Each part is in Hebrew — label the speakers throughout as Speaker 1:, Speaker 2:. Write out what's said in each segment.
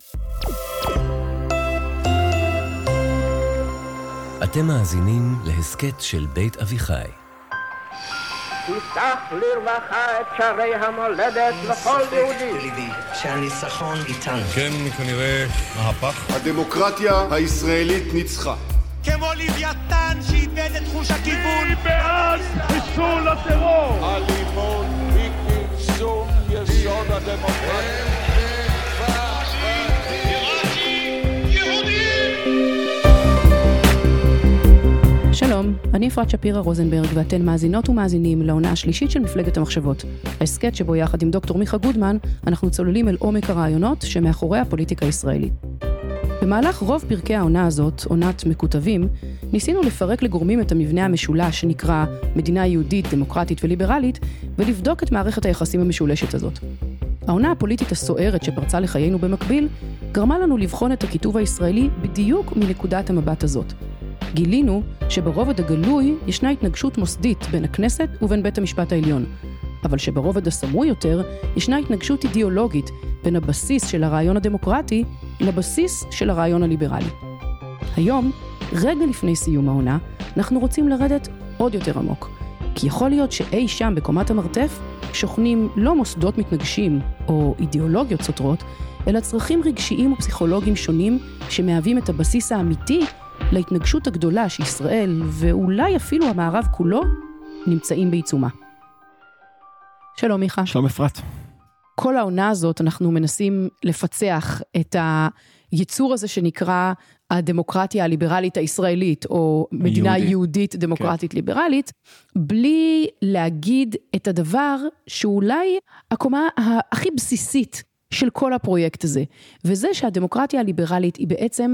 Speaker 1: אתם מאזינים להסכת של בית אביחי.
Speaker 2: תפתח לרווחה את שערי המולדת לכל יהודי.
Speaker 3: שהניצחון איתנו.
Speaker 4: כן, כנראה מהפך.
Speaker 5: הדמוקרטיה הישראלית ניצחה.
Speaker 6: כמו לוויתן שאיבד את חוש הכיוון.
Speaker 7: אני בעד חיסול הטרור.
Speaker 8: אלימות היא כרסום יסוד הדמוקרטיה.
Speaker 9: שלום, אני אפרת שפירה רוזנברג ואתן מאזינות ומאזינים לעונה השלישית של מפלגת המחשבות. ההסכת שבו יחד עם דוקטור מיכה גודמן אנחנו צוללים אל עומק הרעיונות שמאחורי הפוליטיקה הישראלית. במהלך רוב פרקי העונה הזאת, עונת מקוטבים, ניסינו לפרק לגורמים את המבנה המשולש שנקרא מדינה יהודית, דמוקרטית וליברלית, ולבדוק את מערכת היחסים המשולשת הזאת. העונה הפוליטית הסוערת שפרצה לחיינו במקביל, גרמה לנו לבחון את הכיתוב הישראלי בדיוק מנקודת המבט הזאת. גילינו שברובד הגלוי ישנה התנגשות מוסדית בין הכנסת ובין בית המשפט העליון, אבל שברובד הסמוי יותר ישנה התנגשות אידיאולוגית בין הבסיס של הרעיון הדמוקרטי לבסיס של הרעיון הליברלי. היום, רגע לפני סיום העונה, אנחנו רוצים לרדת עוד יותר עמוק, כי יכול להיות שאי שם בקומת המרתף שוכנים לא מוסדות מתנגשים או אידיאולוגיות סותרות, אלא צרכים רגשיים ופסיכולוגיים שונים שמהווים את הבסיס האמיתי להתנגשות הגדולה שישראל ואולי אפילו המערב כולו נמצאים בעיצומה. שלום מיכה.
Speaker 10: שלום אפרת.
Speaker 9: כל העונה הזאת אנחנו מנסים לפצח את היצור הזה שנקרא הדמוקרטיה הליברלית הישראלית, או מדינה יהודית דמוקרטית ליברלית, בלי להגיד את הדבר שאולי הקומה הכי בסיסית של כל הפרויקט הזה, וזה שהדמוקרטיה הליברלית היא בעצם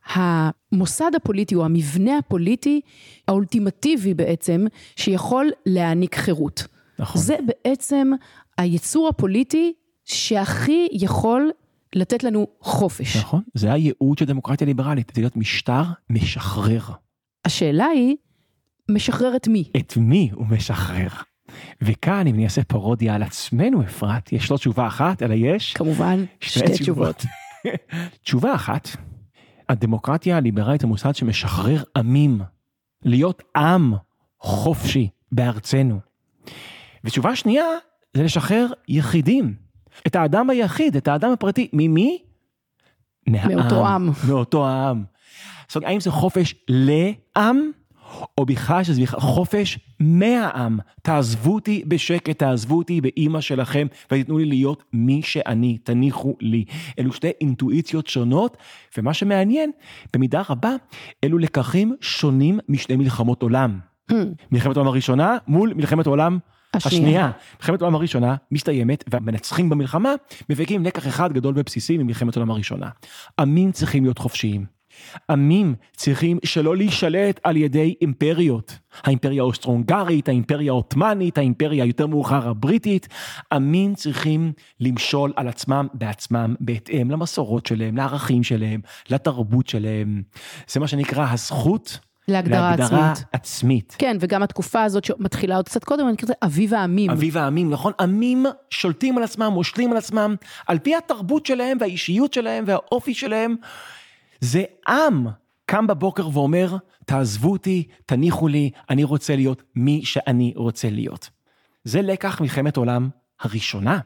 Speaker 9: המוסד הפוליטי או המבנה הפוליטי האולטימטיבי בעצם שיכול להעניק חירות. נכון. זה בעצם היצור הפוליטי שהכי יכול לתת לנו חופש.
Speaker 10: נכון, זה הייעוד של דמוקרטיה ליברלית, זה להיות משטר משחרר.
Speaker 9: השאלה היא, משחרר את מי?
Speaker 10: את מי הוא משחרר? וכאן אם אני אעשה פרודיה על עצמנו אפרת, יש לא תשובה אחת, אלא יש
Speaker 9: כמובן שתי תשובות.
Speaker 10: תשובה אחת, הדמוקרטיה הליברלית המוסד שמשחרר עמים, להיות עם חופשי בארצנו. ותשובה שנייה, זה לשחרר יחידים, את האדם היחיד, את האדם הפרטי, ממי?
Speaker 9: מאותו עם.
Speaker 10: מאותו העם. זאת אומרת, האם זה חופש לעם, או בכלל שזה חופש מהעם? תעזבו אותי בשקט, תעזבו אותי באמא שלכם, ותתנו לי להיות מי שאני, תניחו לי. אלו שתי אינטואיציות שונות, ומה שמעניין, במידה רבה, אלו לקחים שונים משני מלחמות עולם. מלחמת העולם הראשונה מול מלחמת העולם השנייה. מלחמת העולם הראשונה מסתיימת, והמנצחים במלחמה מבקים לקח אחד גדול ובסיסי ממלחמת העולם הראשונה. עמים צריכים להיות חופשיים. עמים צריכים שלא להישלט על ידי אימפריות. האימפריה האוסטרו-הונגרית, האימפריה העות'מאנית, האימפריה יותר מאוחר הבריטית. עמים צריכים למשול על עצמם בעצמם, בהתאם למסורות שלהם, לערכים שלהם, לתרבות שלהם. זה מה שנקרא הזכות
Speaker 9: להגדרה
Speaker 10: עצמית.
Speaker 9: כן, וגם התקופה הזאת שמתחילה עוד קצת קודם, אני קוראת לזה אביב העמים.
Speaker 10: אביב העמים, נכון? עמים שולטים על עצמם, מושלים על עצמם, על פי התרבות שלהם והאישיות שלהם והאופי שלהם. זה עם קם בבוקר ואומר, תעזבו אותי, תניחו לי, אני רוצה להיות מי שאני רוצה להיות. זה לקח מלחמת העולם הראשונה.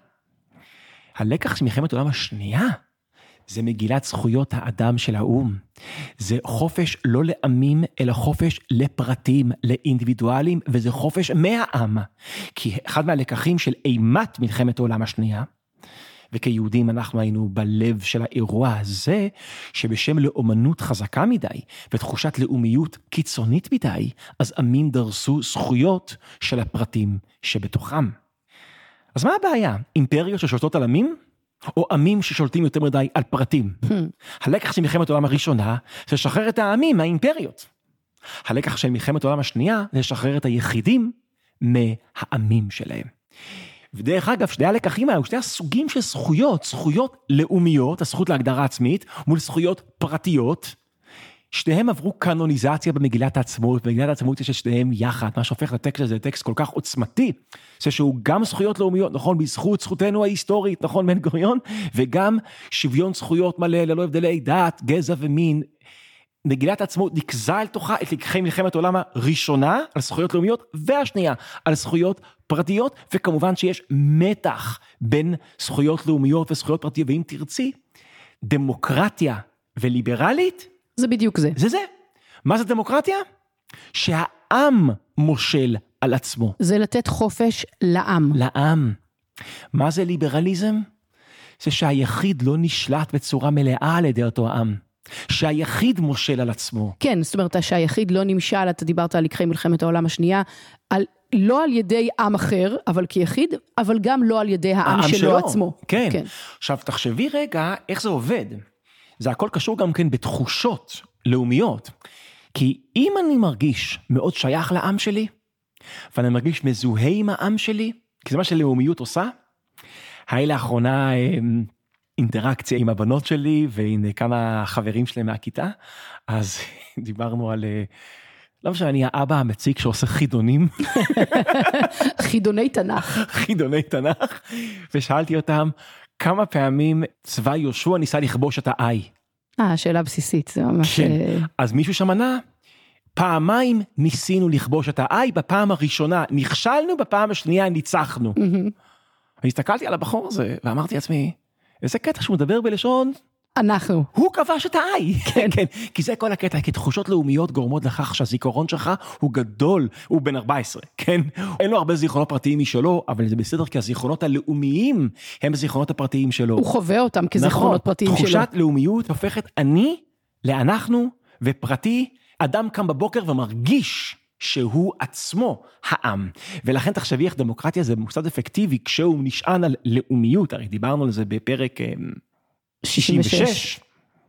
Speaker 10: הלקח של מלחמת העולם השנייה, זה מגילת זכויות האדם של האו"ם. זה חופש לא לעמים, אלא חופש לפרטים, לאינדיבידואלים, וזה חופש מהעם. כי אחד מהלקחים של אימת מלחמת העולם השנייה, וכיהודים אנחנו היינו בלב של האירוע הזה, שבשם לאומנות חזקה מדי, ותחושת לאומיות קיצונית מדי, אז עמים דרסו זכויות של הפרטים שבתוכם. אז מה הבעיה? אימפריות ששולטות על עמים? או עמים ששולטים יותר מדי על פרטים. הלקח של מלחמת העולם הראשונה, זה לשחרר את העמים מהאימפריות. הלקח של מלחמת העולם השנייה, זה לשחרר את היחידים מהעמים שלהם. ודרך אגב, שני הלקחים האלו, שני הסוגים של זכויות, זכויות לאומיות, הזכות להגדרה עצמית, מול זכויות פרטיות, שניהם עברו קנוניזציה במגילת העצמאות, במגילת העצמאות יש את שניהם יחד, מה שהופך לטקסט הזה, טקסט כל כך עוצמתי, זה שהוא גם זכויות לאומיות, נכון, בזכות זכותנו ההיסטורית, נכון, בן גוריון, וגם שוויון זכויות מלא, ללא הבדלי דת, גזע ומין. מגילת העצמאות נקזה אל תוכה את לקחי מלחמת העולם הראשונה על זכויות לאומיות, והשנייה על זכויות פרטיות, וכמובן שיש מתח בין זכויות לאומיות וזכויות פרטיות, ואם תרצי, דמוקרטיה וליברלית,
Speaker 9: זה בדיוק זה.
Speaker 10: זה. מה זה דמוקרטיה? שהעם מושל על עצמו.
Speaker 9: זה לתת חופש לעם.
Speaker 10: לעם. מה זה ליברליזם? זה שהיחיד לא נשלט בצורה מלאה על ידי אותו העם. שהיחיד מושל על עצמו.
Speaker 9: כן, זאת אומרת שהיחיד לא נמשל, אתה דיברת על לקחי מלחמת העולם השנייה, לא על ידי עם אחר, אבל כיחיד, אבל גם לא על ידי העם שלו עצמו.
Speaker 10: כן. עכשיו תחשבי רגע איך זה עובד. זה הכל קשור גם כן בתחושות לאומיות. כי אם אני מרגיש מאוד שייך לעם שלי, ואני מרגיש מזוהה עם העם שלי, כי זה מה שלאומיות עושה, היה לאחרונה אינטראקציה עם הבנות שלי, ועם כמה חברים שלהם מהכיתה, אז דיברנו על, לא משנה, אני האבא המציק שעושה חידונים.
Speaker 9: חידוני תנ"ך.
Speaker 10: חידוני תנ"ך, ושאלתי אותם, כמה פעמים צבא יהושע ניסה לכבוש את האי?
Speaker 9: שאלה בסיסית, זה ממש...
Speaker 10: כן, אז מישהו שמנה, פעמיים ניסינו לכבוש את האי, בפעם הראשונה נכשלנו, בפעם השנייה ניצחנו. והסתכלתי על הבחור הזה, ואמרתי לעצמי, איזה קטע שהוא מדבר בלשון...
Speaker 9: אנחנו.
Speaker 10: הוא כבש את האי. כן. כי זה כל הקטע, כי תחושות לאומיות גורמות לכך שהזיכרון שלך הוא גדול, הוא בן 14, כן? אין לו הרבה זיכרונות פרטיים משלו, אבל זה בסדר, כי הזיכרונות הלאומיים הם הזיכרונות הפרטיים שלו.
Speaker 9: הוא חווה אותם כזיכרונות פרטיים שלו.
Speaker 10: תחושת לאומיות הופכת אני לאנחנו ופרטי, אדם קם בבוקר ומרגיש שהוא עצמו העם. ולכן תחשבי איך דמוקרטיה זה מוסד אפקטיבי כשהוא נשען על לאומיות, הרי דיברנו על זה בפרק 66.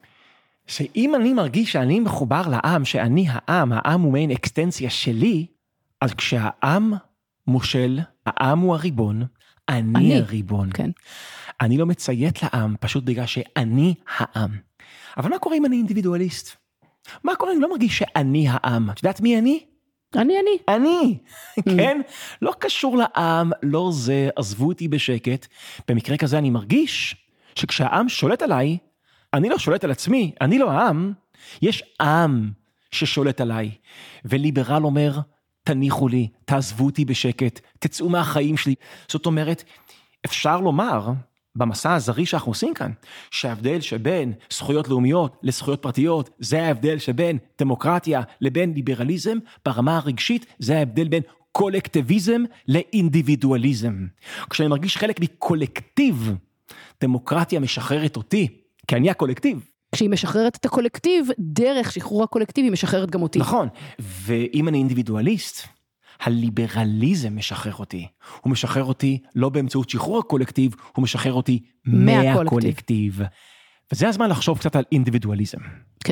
Speaker 10: שאם אני מרגיש שאני מחובר לעם, שאני העם הוא מעין אקסטנציה שלי, אז כשהעם מושל, העם הוא הריבון, אני הריבון.
Speaker 9: כן.
Speaker 10: אני לא מציית לעם, פשוט בגלל שאני העם. אבל מה קורה אם אני אינדיבידואליסט? מה קורה אם אני לא מרגיש שאני העם? את יודעת מי אני? אני, כן? לא קשור לעם, לא זה, עזבו אותי בשקט. במקרה כזה אני מרגיש שכשהעם שולט עליי, אני לא שולט על עצמי, אני לא העם, יש עם ששולט עליי. וליברל אומר, תניחו לי, תעזבו אותי בשקט, תצאו מהחיים שלי. זאת אומרת, אפשר לומר, במסע הזרי שאנחנו עושים כאן, שההבדל שבין זכויות לאומיות לזכויות פרטיות, זה ההבדל שבין דמוקרטיה לבין ליברליזם, ברמה הרגשית, זה ההבדל בין קולקטיביזם לאינדיבידואליזם. כשאני מרגיש חלק מקולקטיב, דמוקרטיה משחררת אותי, כי אני הקולקטיב.
Speaker 9: כשהיא משחררת את הקולקטיב, דרך שחרור הקולקטיב היא משחררת גם אותי.
Speaker 10: נכון, ואם אני אינדיבידואליסט, הליברליזם משחרר אותי. הוא משחרר אותי לא באמצעות שחרור הקולקטיב, הוא משחרר אותי מהקולקטיב. וזה הזמן לחשוב קצת על אינדיבידואליזם.
Speaker 9: כן.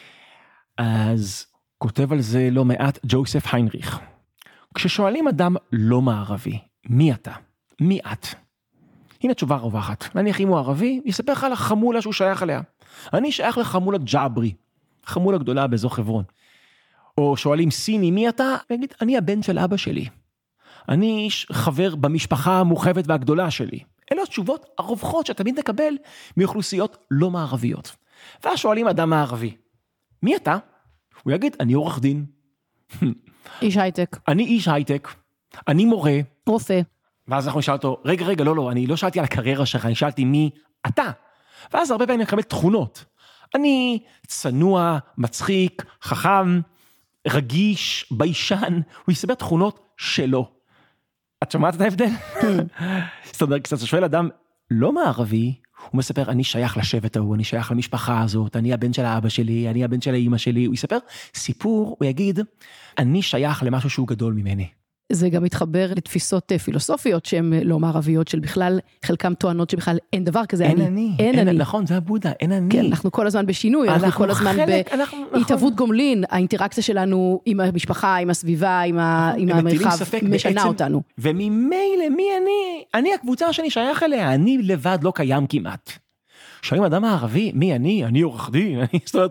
Speaker 10: אז כותב על זה לא מעט ג'וזף היינריך. כששואלים אדם לא מערבי, מי אתה? מי את? הנה תשובה רווחת. נניח אם הוא ערבי, יספר לך על החמולה שהוא שייך עליה. אני שייך לחמולה ג'אברי, חמולה גדולה באזור חברון. או שואלים סיני, מי אתה? ויגיד, אני הבן של אבא שלי. אני חבר במשפחה המורחבת והגדולה שלי. אלו התשובות הרווחות שאתה תמיד נקבל מאוכלוסיות לא מערביות. ואז שואלים אדם מערבי, מי אתה? הוא יגיד, אני עורך דין.
Speaker 9: איש הייטק.
Speaker 10: אני איש הייטק. אני מורה.
Speaker 9: רופא.
Speaker 10: ואז אנחנו נשאל אותו, רגע, לא, אני לא שאלתי על הקריירה שלך, אני שאלתי מי אתה. ואז הרבה פעמים נקבל תכונות. אני צנוע, מצחיק, חכם, רגיש, ביישן, הוא יסבר תכונות שלו. את שומעת את ההבדל? זאת אומרת, קצת שואל אדם לא מערבי, הוא מספר, אני שייך לשבט ההוא, אני שייך למשפחה הזאת, אני הבן של האבא שלי, אני הבן של האמא שלי, הוא יספר סיפור, הוא יגיד, אני שייך למשהו שהוא גדול ממני.
Speaker 9: זה גם מתחבר לתפיסות פילוסופיות שהן לא מערביות, של בכלל, חלקם טוענות שבכלל אין דבר כזה,
Speaker 10: אין אני. נכון, זה הבודה, אין אני.
Speaker 9: כן, אנחנו כל הזמן בשינוי, אנחנו כל הזמן בהתהוות גומלין, האינטראקציה שלנו עם המשפחה, עם הסביבה, עם המרחב, משנה אותנו.
Speaker 10: וממילא מי אני? אני הקבוצה שאני שייך אליה, אני לבד לא קיים כמעט. שואלים אדם הערבי, מי אני? אני עורך דין, זאת אומרת,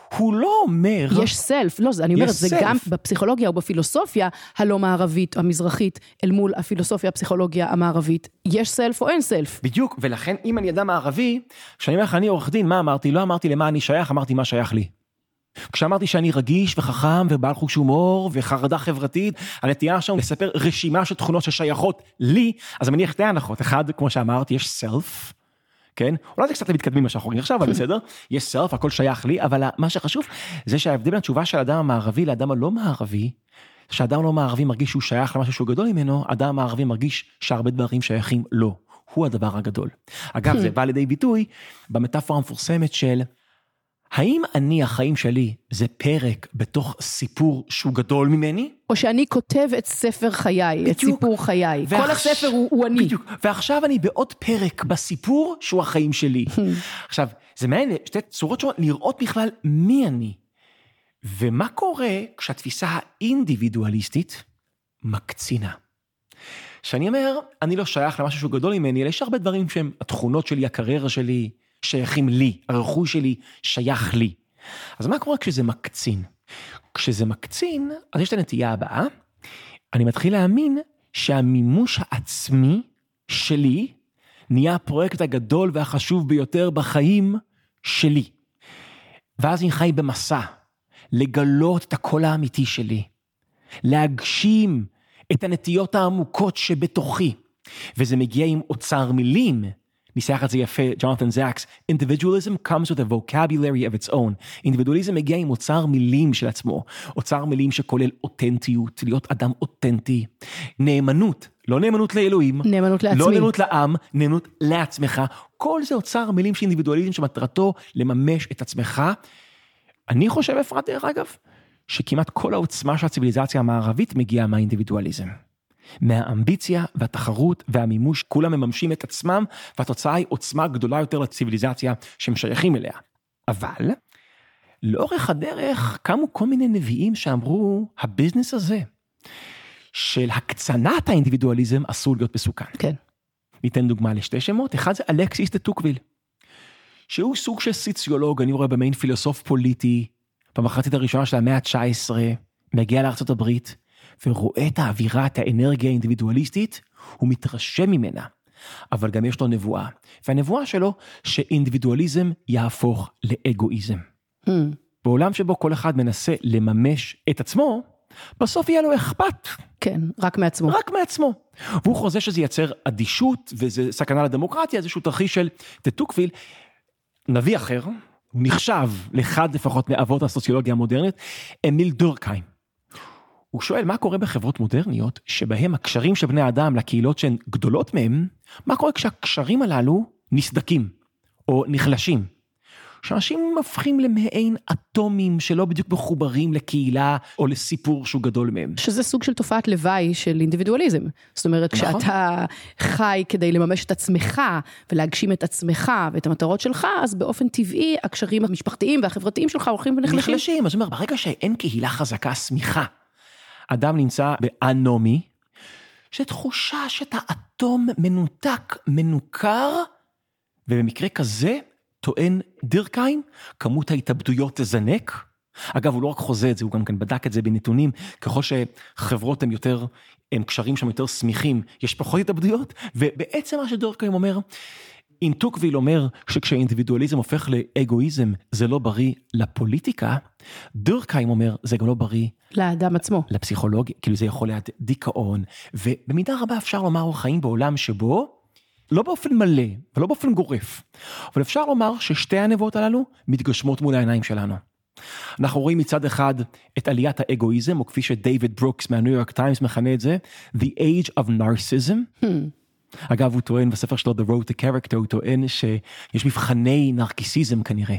Speaker 10: הוא לא אומר...
Speaker 9: יש סלף, לא, אני אומרת, זה גם בפסיכולוגיה או בפילוסופיה הלא מערבית, המזרחית, אל מול הפילוסופיה, הפסיכולוגיה המערבית, יש סלף או אין סלף.
Speaker 10: בדיוק, ולכן אם אני אדם מערבי, כשאני אומר לך, אני עורך דין, מה אמרתי? לא אמרתי למה אני שייך, אמרתי מה שייך לי. כשאמרתי שאני רגיש וחכם ובעל חוש הומור וחרדה חברתית, הנטייה שם לספר רשימה של תכונות ששייכות לי, אז אני מניח שתי הנחות. אחד, כמו שאמרתי, יש סלף, כן? אולי זה קצת מתקדמים מה שאנחנו רואים עכשיו, אבל בסדר, יש סלף, הכל שייך לי, אבל מה שחשוב זה שההבדל בין התשובה של האדם המערבי לאדם הלא מערבי, שהאדם הלא מערבי מרגיש שהוא שייך למשהו שהוא גדול ממנו, האדם המערבי מרגיש שהרבה דברים שייכים לו. הוא הדבר הגדול. אגב, זה בא לידי ביטוי במטאפורה המפורסמת של האם אני, החיים שלי, זה פרק בתוך סיפור שהוא גדול ממני?
Speaker 9: או שאני כותב את ספר חיי, בדיוק. את סיפור חיי. כל הספר הוא אני.
Speaker 10: בדיוק. ועכשיו אני בעוד פרק בסיפור שהוא החיים שלי. עכשיו, זה מעניין, שתי צורות שונות לראות בכלל מי אני. ומה קורה כשהתפיסה האינדיבידואליסטית מקצינה? שאני אומר, אני לא שייך למשהו שהוא גדול ממני, אלא יש הרבה דברים שהם התכונות שלי, הקריירה שלי, שייכים לי, הרכוש שלי שייך לי. אז מה קורה כשזה מקצין? כשזה מקצין, אז יש את הנטייה הבאה, אני מתחיל להאמין שהמימוש העצמי שלי נהיה הפרויקט הגדול והחשוב ביותר בחיים שלי. ואז אני חי במסע, לגלות את הקול האמיתי שלי, להגשים את הנטיות העמוקות שבתוכי, וזה מגיע עם אוצר מילים, ניסח את זה יפה, ג'ונתן זקס, individualism comes with a vocabulary of its own. אינדיבידואליזם מגיע עם אוצר מילים של עצמו, אוצר מילים שכולל אותנטיות, להיות אדם אותנטי, נאמנות, לא נאמנות לאלוהים,
Speaker 9: נאמנות לעצמי.
Speaker 10: לא נאמנות לעם, נאמנות לעצמך, כל זה אוצר מילים של אינדיבידואליזם שמטרתו לממש את עצמך. אני חושב, אפרת דרך אגב, שכמעט כל העוצמה של הציביליזציה המערבית מגיעה מהאינדיבידואליזם. מהאמביציה והתחרות והמימוש, כולם מממשים את עצמם, והתוצאה היא עוצמה גדולה יותר לציביליזציה שהם שייכים אליה. אבל, לאורך הדרך קמו כל מיני נביאים שאמרו, הביזנס הזה, של הקצנת האינדיבידואליזם, אסור להיות מסוכן.
Speaker 9: כן.
Speaker 10: ניתן דוגמה לשתי שמות, אחד זה אלכסיס דה טוקוויל, שהוא סוג של סוציולוג, אני רואה במין פילוסוף פוליטי, במחצית הראשונה של המאה ה-19, מגיע לארצות הברית, ורואה את האווירה, את האנרגיה האינדיבידואליסטית, הוא מתרשם ממנה, אבל גם יש לו נבואה, והנבואה שלו שאינדיבידואליזם יהפוך לאגואיזם. בעולם שבו כל אחד מנסה לממש את עצמו, בסוף יהיה לו אכפת.
Speaker 9: כן, רק מעצמו.
Speaker 10: רק מעצמו. והוא חוזה שזה ייצר אדישות, וזה סכנה לדמוקרטיה, איזשהו תרחיש של דה טוקוויל, נביא אחר, הוא נחשב לאחד לפחות מאבות הסוציולוגיה המודרנית, אמיל דורקהיים. הוא שואל מה קורה בחברות מודרניות, שבהם הקשרים של בני האדם לקהילות שהן גדולות מהם, מה קורה כשהקשרים הללו נסדקים, או נחלשים? שאנשים מפכים למעין אטומים שלא בדיוק מחוברים לקהילה, או לסיפור שהוא גדול מהם.
Speaker 9: שזה סוג של תופעת לוואי של אינדיבידואליזם. זאת אומרת, נכון. כשאתה חי כדי לממש את עצמך, ולהגשים את עצמך ואת המטרות שלך, אז באופן טבעי, הקשרים המשפחתיים והחברתיים שלך הולכים ונחלשים.
Speaker 10: נחלשים, אז אומר, ברגע שאין קהילה חזקה, סמיכה, אדם נמצא באנומי, שתחושה שאתה אטום מנותק, מנוכר, ובמקרה כזה, טוען דורקהיים, כמות ההתאבדויות תזנק. אגב, הוא לא רק חוזה את זה, הוא גם כן בדק את זה בנתונים, ככל שחברות הן יותר, הם קשרים שם יותר סמיכים, יש פחות התאבדויות, ובעצם מה שדורקהיים אומר, אם טוקוויל אומר שכשהאינדיבידואליזם הופך לאגואיזם, זה לא בריא לפוליטיקה, דורקהיים אומר, זה גם לא בריא
Speaker 9: לאדם עצמו.
Speaker 10: לפסיכולוגיה, כאילו זה יכול להיות דיכאון, ובמידה רבה אפשר לומר, חיים בעולם שבו, לא באופן מלא, ולא באופן גורף, אבל אפשר לומר ששתי הנבואות הללו מתגשמות מול העיניים שלנו. אנחנו רואים מצד אחד את עליית האגואיזם, או כפי שדייוויד ברוקס מהניו יורק טיימס מכנה את זה, The Age of Narcissism. אגב, הוא טוען בספר שלו, The Road to Character, הוא טוען שיש מבחני נרקיסיזם כנראה.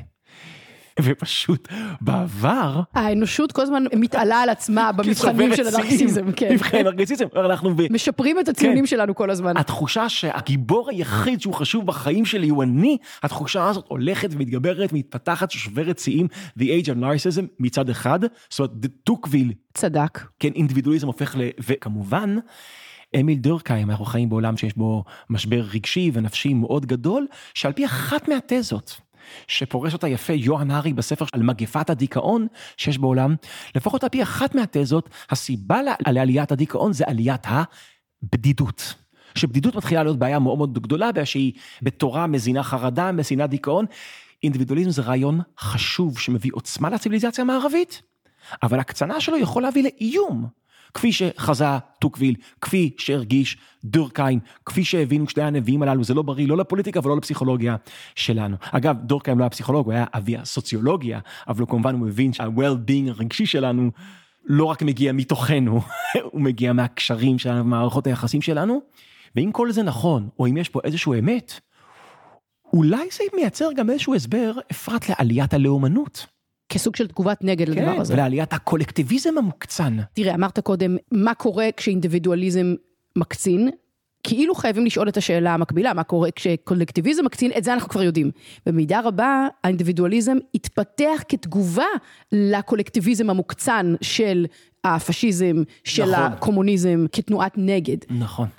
Speaker 10: ופשוט בעבר...
Speaker 9: האנושות כל הזמן מתעלה על עצמה במבחנים של הנרקיסיזם.
Speaker 10: מבחני נרקיסיזם. אנחנו
Speaker 9: משפרים את הציונים שלנו כל הזמן.
Speaker 10: התחושה שהגיבור היחיד שהוא חשוב בחיים שלי הוא אני, התחושה הזאת הולכת ומתגברת, מתפתחת, ששוברת שיאים, The Age of Narcissism מצד אחד, זאת אומרת, טוקוויל.
Speaker 9: צדק.
Speaker 10: כן, אינדיבידואליזם הופך וכמובן, אמיל דורקהיים, אנחנו חיים בעולם שיש בו משבר רגשי ונפשי מאוד גדול, שעל פי אחת מהתזות, שפורש אותה יפה יוהאן הארי בספר על מגפת הדיכאון שיש בעולם, לפחות על פי אחת מהתזות, הסיבה לעליית הדיכאון זה עליית הבדידות. שבדידות מתחילה להיות בעיה מאוד מאוד גדולה, שהיא בתורה מזינה חרדה, מזינה דיכאון. אינדיבידואליזם זה רעיון חשוב שמביא עוצמה לציביליזציה המערבית, אבל הקצנה שלו יכול להביא לאיום, כפי שחזה טוקוויל, כפי שהרגיש דורקהיים, כפי שהבינו שני הנביאים הללו, זה לא בריא, לא לפוליטיקה ולא לפסיכולוגיה שלנו. אגב, דורקהיים לא היה פסיכולוג, הוא היה אבי הסוציולוגיה, אבל כמובן הוא מבין שה-well-being הרגשי שלנו, לא רק מגיע מתוכנו, הוא מגיע מהקשרים שלנו, מהמערכות היחסים שלנו, ואם כל זה נכון, או אם יש פה איזשהו אמת, אולי זה מייצר גם איזשהו הסבר, אפרת לעליית הלאומנות.
Speaker 9: כסוג של תגובת נגד לדבר הזה.
Speaker 10: כן, ולעליית הקולקטיביזם המוקצן.
Speaker 9: תראה, אמרת קודם, מה קורה כשאינדיבידואליזם מקצין? כאילו חייבים לשאול את השאלה המקבילה, מה קורה כשקולקטיביזם מקצין, את זה אנחנו כבר יודעים. במידה רבה, האינדיבידואליזם התפתח כתגובה לקולקטיביזם המוקצן של הפשיזם, של הקומוניזם, כתנועת נגד.
Speaker 10: נכון.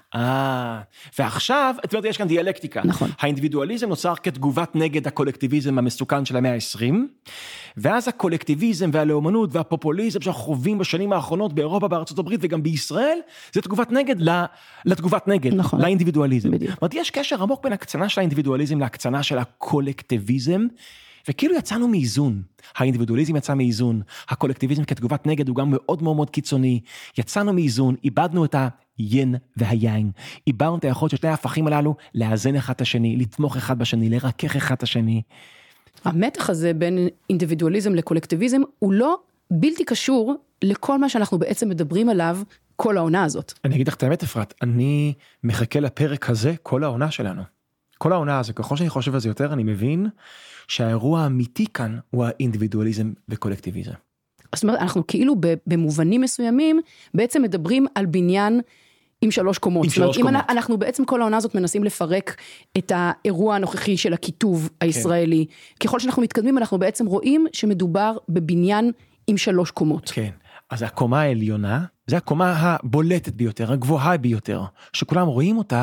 Speaker 10: ועכשיו, את יודעת, יש כאן דיאלקטיקה.
Speaker 9: נכון.
Speaker 10: האינדיבידואליזם נוצר כתגובת נגד הקולקטיביזם המסוכן של המאה ה-20, ואז הקולקטיביזם והלאומנות והפופוליזם שאנחנו חווים בשנים האחרונות באירופה, בארצות הברית וגם בישראל, זה תגובת נגד לתגובת נגד,
Speaker 9: נכון.
Speaker 10: לאינדיבידואליזם.
Speaker 9: בדיוק.
Speaker 10: זאת אומרת, יש קשר עמוק בין הקצנה של האינדיבידואליזם להקצנה של הקולקטיביזם, וכאילו יצאנו מאיזון, האינדיבידואליזם יצא מאיזון, הקולקטיביזם כתגובת נגד הוא גם מאוד מאוד מאוד קיצוני, יצאנו מאיזון, איבדנו את היין והיין, איבדנו את היכולת של שני ההפכים הללו, לאזן אחד את השני, לתמוך אחד בשני, לרכך אחד את השני.
Speaker 9: המתח הזה בין אינדיבידואליזם לקולקטיביזם, הוא לא בלתי קשור לכל מה שאנחנו בעצם מדברים עליו כל העונה הזאת.
Speaker 10: אני אגיד לך את האמת, אפרת, אני מחכה לפרק הזה כל העונה שלנו. כל העונה הזה, ככל שאני חושב על זה יותר, אני מבין שהאירוע האמיתי כאן הוא האינדיבידואליזם וקולקטיביזם.
Speaker 9: זאת אומרת, אנחנו כאילו במובנים מסוימים, בעצם מדברים על בניין עם 3 קומות.
Speaker 10: עם 3 קומות.
Speaker 9: אנחנו בעצם כל העונה הזאת מנסים לפרק את האירוע הנוכחי של הכיתוב הישראלי. כן. ככל שאנחנו מתקדמים, אנחנו בעצם רואים שמדובר בבניין עם 3 קומות.
Speaker 10: כן. אז הקומה העליונה, זה הקומה הבולטת ביותר, הגבוהה ביותר, שכולם רואים אותה,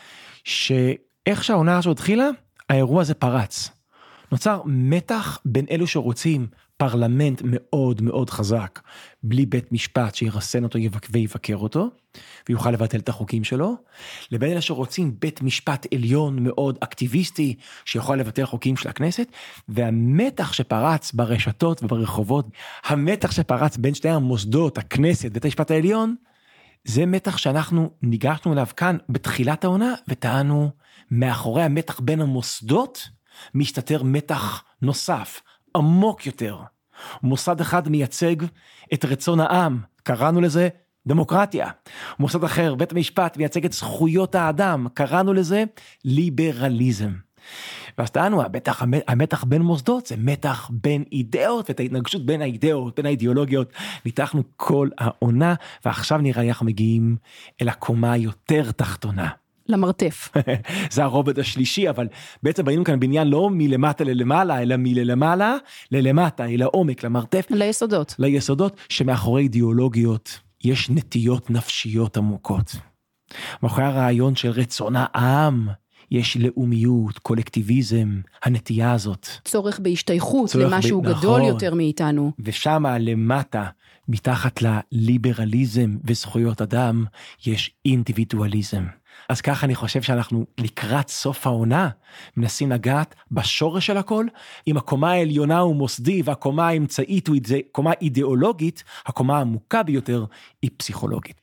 Speaker 10: שאיך שהעונה הזו התחילה, האירוע הזה פרץ. נוצר מתח בין אלו שרוצים פרלמנט מאוד מאוד חזק, בלי בית משפט שירסן אותו ויבקר אותו, ויוכל לבטל את החוקים שלו, לבין אלה שרוצים בית משפט עליון מאוד אקטיביסטי, שיכול לבטל חוקים של הכנסת, והמתח שפרץ ברשתות וברחובות, המתח שפרץ בין שני המוסדות, הכנסת, בית המשפט העליון, זה מתח שאנחנו ניגשנו אליו כאן בתחילת העונה, וטענו מאחורי המתח בין המוסדות, מסתתר מתח נוסף, עמוק יותר. מוסד אחד מייצג את רצון העם, קראנו לזה דמוקרטיה. מוסד אחר, בית המשפט, מייצג את זכויות האדם, קראנו לזה ליברליזם. ואז טענו, המתח בין מוסדות זה מתח בין אידאות, ואת ההתנגשות בין האידאות, בין האידיאולוגיות, ניתחנו כל העונה, ועכשיו נראה איך מגיעים אל הקומה יותר תחתונה.
Speaker 9: למרתף.
Speaker 10: זה הרובד השלישי, אבל בעצם בנינו כאן בניין לא מלמטה ללמעלה, אלא מלמעלה ללמטה, אלא עומק, למרתף.
Speaker 9: ליסודות.
Speaker 10: ליסודות, שמאחורי אידיאולוגיות יש נטיות נפשיות עמוקות. מאחורי הרעיון של רצון העם, יש לאומיות, קולקטיביזם, הנטייה הזאת.
Speaker 9: צורך בהשתייכות למשהו גדול יותר מאיתנו.
Speaker 10: ושם למטה, מתחת לליברליזם וזכויות אדם, יש אינדיבידואליזם. אז ככה אני חושב שאנחנו לקראת סוף העונה, מנסים לגעת בשורש של הכל, אם הקומה העליונה הוא מוסדי, והקומה האמצעית הוא קומה אידיאולוגית, הקומה העמוקה ביותר היא פסיכולוגית.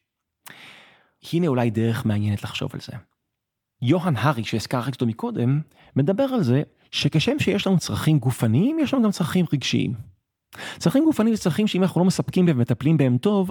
Speaker 10: הנה אולי דרך מעניינת לחשוב על זה. יוהאן הארי, שהזכרתי אותו מקודם, מדבר על זה שכשם שיש לנו צרכים גופניים, יש לנו גם צרכים רגשיים. צרכים גופניים זה צרכים שאם אנחנו לא מספקים בהם ומטפלים בהם טוב,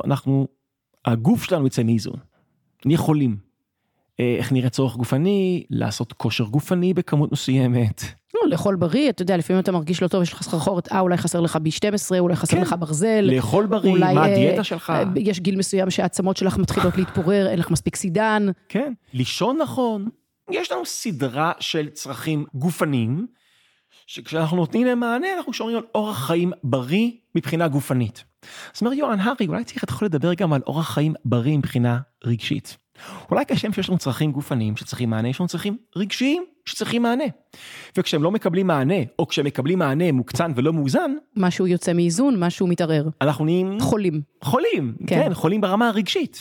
Speaker 10: הגוף שלנו יצא מאיזון. יכולים. איך נראה צורך גופני, לעשות כושר גופני בכמות מסוימת.
Speaker 9: לאכול בריא, אתה יודע, לפעמים אתה מרגיש לא טוב, יש לך סחרחורת, אולי חסר לך B12, אולי חסר לך ברזל.
Speaker 10: לאכול בריא, מה הדיאטה שלך?
Speaker 9: יש גיל מסוים שהעצמות שלך מתחילות להתפורר, אין לך מספיק סידן.
Speaker 10: כן, לישון נכון. יש לנו סדרה של צרכים גופניים, שכשאנחנו נותנים להם מענה, אנחנו שומרים על אורח חיים בריא מבחינה גופנית. זאת אומרת, יוהאן הארי, אולי צריך לדבר גם על אורח חיים בריא מבחינה רגשית. אולי כשם שיש לנו צרכים גופניים שצריכים מענה, יש לנו צרכים רגשיים שצריכים מענה. וכשהם לא מקבלים מענה, או כשהם מקבלים מענה מוקצן ולא מאוזן,
Speaker 9: משהו יוצא מאיזון, משהו מתערער.
Speaker 10: אנחנו נהיים
Speaker 9: חולים.
Speaker 10: כן, חולים ברמה הרגשית.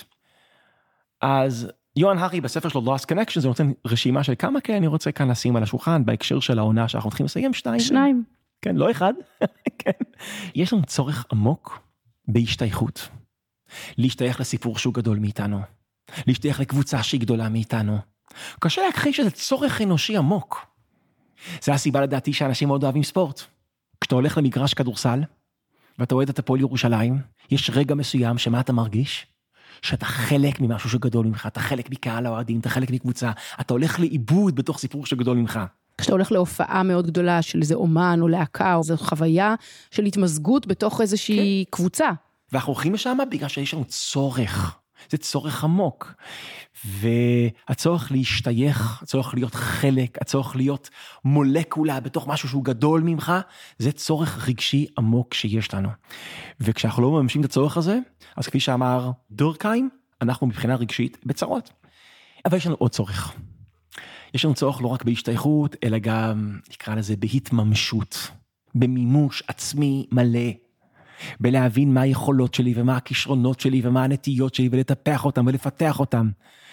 Speaker 10: אז יוהאן הארי בספר שלו Lost Connection, זה נותן רשימה של כמה כאלה אני רוצה כאן לשים על השולחן, בהקשר של העונה שאנחנו מתחילים לסיים 2. כן, לא 1. כן. יש לנו צורך עמוק בהשתייכות. להשתייך לסיפור שהוא גדול מאיתנו. להשתייך לקבוצה שהיא גדולה מאיתנו. קשה להכחיש שזה צורך אנושי עמוק. זה הסיבה לדעתי שאנשים מאוד אוהבים ספורט. כשאתה הולך למגרש כדורסל, ואתה אוהד את הפועל ירושלים, יש רגע מסוים שמה אתה מרגיש? שאתה חלק ממשהו שגדול ממך, אתה חלק מקהל האוהדים, אתה חלק מקבוצה, אתה הולך לאיבוד בתוך סיפור שגדול ממך.
Speaker 9: כשאתה הולך להופעה מאוד גדולה של איזה אומן או להקה, או זו חוויה של התמזגות בתוך איזושהי קבוצה.
Speaker 10: ואנחנו הולכים לשם בגלל שיש לנו צורך. זה צורך עמוק. והצורך להשתייך, הצורך להיות חלק, הצורך להיות מולקולה בתוך משהו שהוא גדול ממך, זה צורך רגשי עמוק שיש לנו. וכשאנחנו לא מממשים את הצורך הזה, אז כפי שאמר דורקהיים, אנחנו מבחינה רגשית בצרות. אבל יש לנו עוד צורך. יש לנו צורך לא רק בהשתייכות, אלא גם, נקרא לזה, בהתממשות, במימוש עצמי מלא, בלהבין מה היכולות שלי ומה הכישרונות שלי ומה הנטיות שלי, ולטפח אותם ולפתח אותם,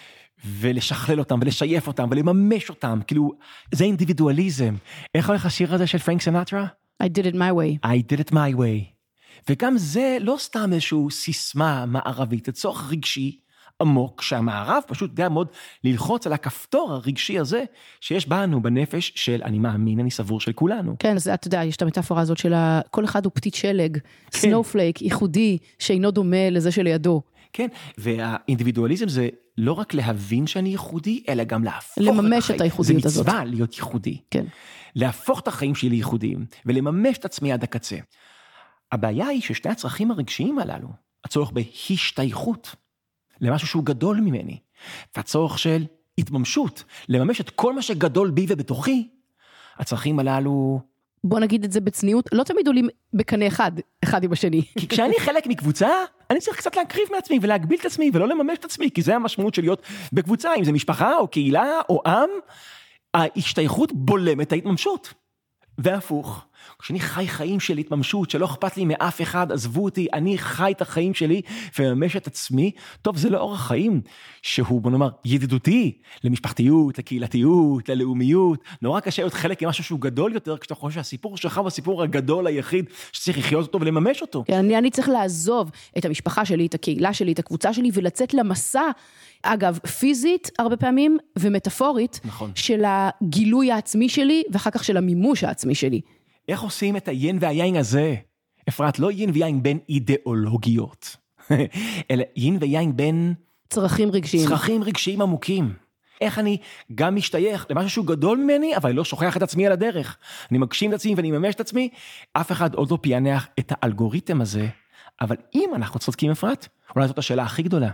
Speaker 10: ולשכלל אותם ולשייף אותם ולממש אותם. כאילו, זה אינדיבידואליזם. איך הולך השיר הזה של פרנק סינטרה?
Speaker 9: I did it my way.
Speaker 10: I did it my way. וגם זה לא סתם איזשהו סיסמה מערבית, זה צורך רגשי עמוק, שהמערב פשוט יודע מאוד ללחוץ על הכפתור הרגשי הזה, שיש בנו בנפש של אני מאמין, אני סבור של כולנו.
Speaker 9: כן, אז אתה יודע, יש את המטאפורה הזאת של כל אחד הוא פתית שלג, סנופלייק, ייחודי, שאינו דומה לזה שלידו.
Speaker 10: כן, והאינדיבידואליזם זה לא רק להבין שאני ייחודי, אלא גם להפוך
Speaker 9: לממש את הייחודיות הזאת.
Speaker 10: זה מצווה להיות ייחודי.
Speaker 9: כן.
Speaker 10: להפוך את החיים שלי לייחודיים, ולממש את עצמי עד הקצה. הבעיה היא ששני הצרכים הרגשיים הללו, הצורך בהשתייכות, למשהו שהוא גדול ממני, והצורך של התממשות, לממש את כל מה שגדול בי ובתוכי, הצרכים הללו...
Speaker 9: בוא נגיד את זה בצניעות, לא תמיד עולים בקנה אחד עם השני.
Speaker 10: כי כשאני חלק מקבוצה, אני צריך קצת להקריב מעצמי ולהגביל את עצמי ולא לממש את עצמי, כי זה המשמעות של להיות בקבוצה, אם זה משפחה או קהילה או עם, ההשתייכות בולמת ההתממשות. והפוך, כשאני חי חיים של התממשות, שלא אכפת לי מאף אחד, עזבו אותי, אני חי את החיים שלי וממש את עצמי, טוב, זה לא אורח חיים שהוא, בוא נאמר, ידידותי, למשפחתיות, לקהילתיות, ללאומיות, נורא קשה להיות חלק ממשהו שהוא גדול יותר, כשאתה חושב שהסיפור שלך הוא הסיפור הגדול היחיד, שצריך לחיות אותו ולממש אותו.
Speaker 9: אני צריך לעזוב את המשפחה שלי, את הקהילה שלי, את הקבוצה שלי, ולצאת למסע, אגב, פיזית הרבה פעמים, ומטאפורית,
Speaker 10: נכון.
Speaker 9: של הגילוי העצמי שלי, ואחר כך של המימוש העצמי שלי.
Speaker 10: איך עושים את היין והיין הזה? אפרת, לא יין ויין בין אידיאולוגיות, אלא יין ויין בין...
Speaker 9: צרכים רגשיים.
Speaker 10: צרכים רגשיים עמוקים. איך אני גם משתייך למשהו שהוא גדול ממני, אבל לא שוכח את עצמי על הדרך. אני מגשים את עצמי ואני ממש את עצמי, אף אחד עוד לא פיענח את האלגוריתם הזה, אבל אם אנחנו צודקים אפרת, אולי זאת השאלה הכי גדולה.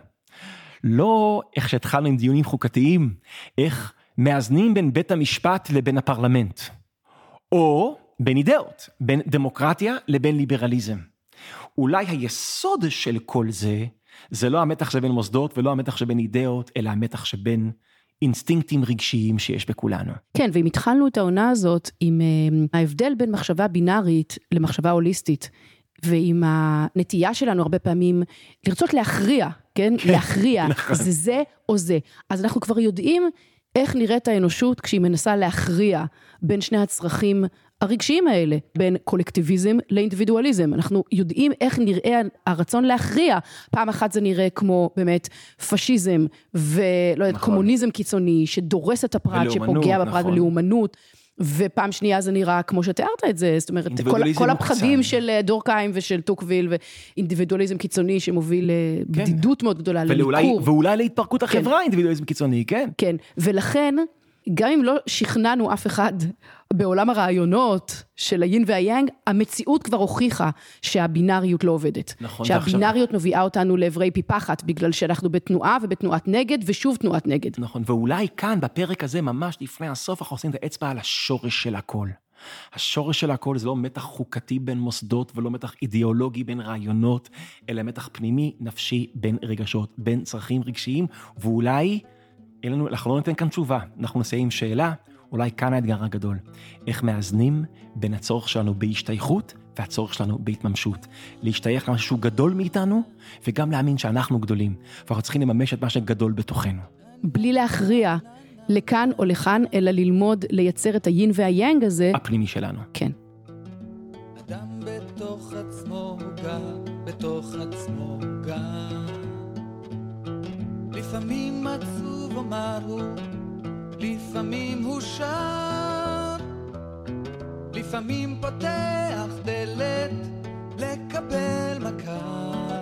Speaker 10: לא איך שהתחלנו עם דיונים חוקתיים, איך מאזנים בין בית המשפט לבין הפרלמנט, או בין אידאות, בין דמוקרטיה לבין ליברליזם. אולי היסוד של כל זה, זה לא המתח שבין מוסדות ולא המתח שבין אידאות, אלא המתח שבין אינסטינקטים רגשיים שיש בכולנו.
Speaker 9: כן, ואם התחלנו את העונה הזאת עם ההבדל בין מחשבה בינארית למחשבה הוליסטית, ועם הנטייה שלנו הרבה פעמים לרצות להכריע, כן? להכריע, זה או זה. אז אנחנו כבר יודעים איך נראית האנושות כשהיא מנסה להכריע בין שני הצרכים הרגשיים האלה, בין קולקטיביזם לאינדיבידואליזם. אנחנו יודעים איך נראה הרצון להכריע. פעם אחת זה נראה כמו באמת פשיזם, ולא יודעת, קומוניזם קיצוני, שדורס את הפרט, שפוגע בפרט ולאומנות, ופעם שנייה זה נראה כמו שתיארת את זה, זאת אומרת, כל הפחדים של דורקהיים ושל טוקוויל, ואינדיבידואליזם קיצוני שמוביל לבדידות מאוד גדולה, לניכור.
Speaker 10: ואולי להתפרקות החברה, אינדיבידואליזם קיצוני, כן.
Speaker 9: כן, ולכן, גם אם לא שכנענו אף אחד בעולם הרעיונות של היין והיאנג, המציאות כבר הוכיחה שהבינאריות לא עובדת. נכון. שהבינאריות מביאה אותנו לעברי פיפחת, בגלל שאנחנו בתנועה ובתנועת נגד, ושוב תנועת נגד.
Speaker 10: נכון, ואולי כאן בפרק הזה ממש לפני הסוף, אנחנו עושים את האצבע על השורש של הכל. השורש של הכל זה לא מתח חוקתי בין מוסדות, ולא מתח אידיאולוגי בין רעיונות, אלא מתח פנימי, נפשי, בין רגשות, בין צרכים רגשיים, ואולי, אנחנו לא ניתן כאן תשובה, אנחנו נסיים עם שאלה, אולי כאן האתגר הגדול, איך מאזנים בין הצורך שלנו בהשתייכות, והצורך שלנו בהתממשות, להשתייך למשהו גדול מאיתנו, וגם להאמין שאנחנו גדולים, ואנחנו צריכים לממש את מה שגדול בתוכנו.
Speaker 9: בלי להכריע לכאן או לכאן, אלא ללמוד לייצר את היין והיאנג הזה.
Speaker 10: הפנימי שלנו.
Speaker 9: כן.
Speaker 11: אדם בתוך עצמו גר, בתוך עצמו גר. לפעמים עצוב אומר הוא, לפעמים הוא שר. לפעמים פותח דלת לקבל מכר.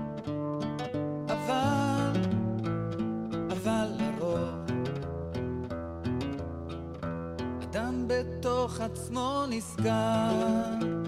Speaker 11: אבל לרוב אדם בתוך עצמו נסגר.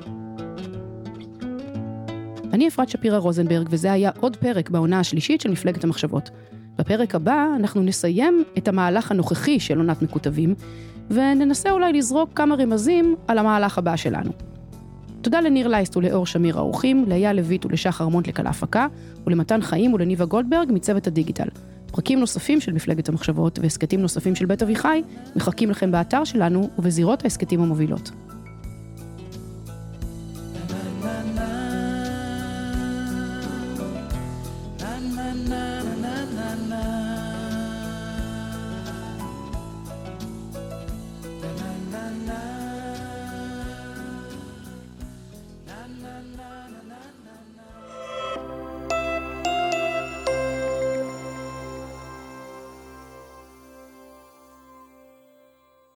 Speaker 9: אני אפרת שפירא רוזנברג, וזה היה עוד פרק בעונה השלישית של מפלגת המחשבות. בפרק הבא אנחנו נסיים את המהלך הנוכחי של עונת מקוטבים, וננסה אולי לזרוק כמה רמזים על המהלך הבא שלנו. תודה לניר לייסט ולאור שמיר האורחים, לאייל לויט ולשחר מונטלק על ההפקה, ולמתן חיים ולניבה גולדברג מצוות הדיגיטל. פרקים נוספים של מפלגת המחשבות והסקטים נוספים של בית אביחי מחכים לכם באתר שלנו ובזירות ההסקטים המובילות.
Speaker 11: na na na na na na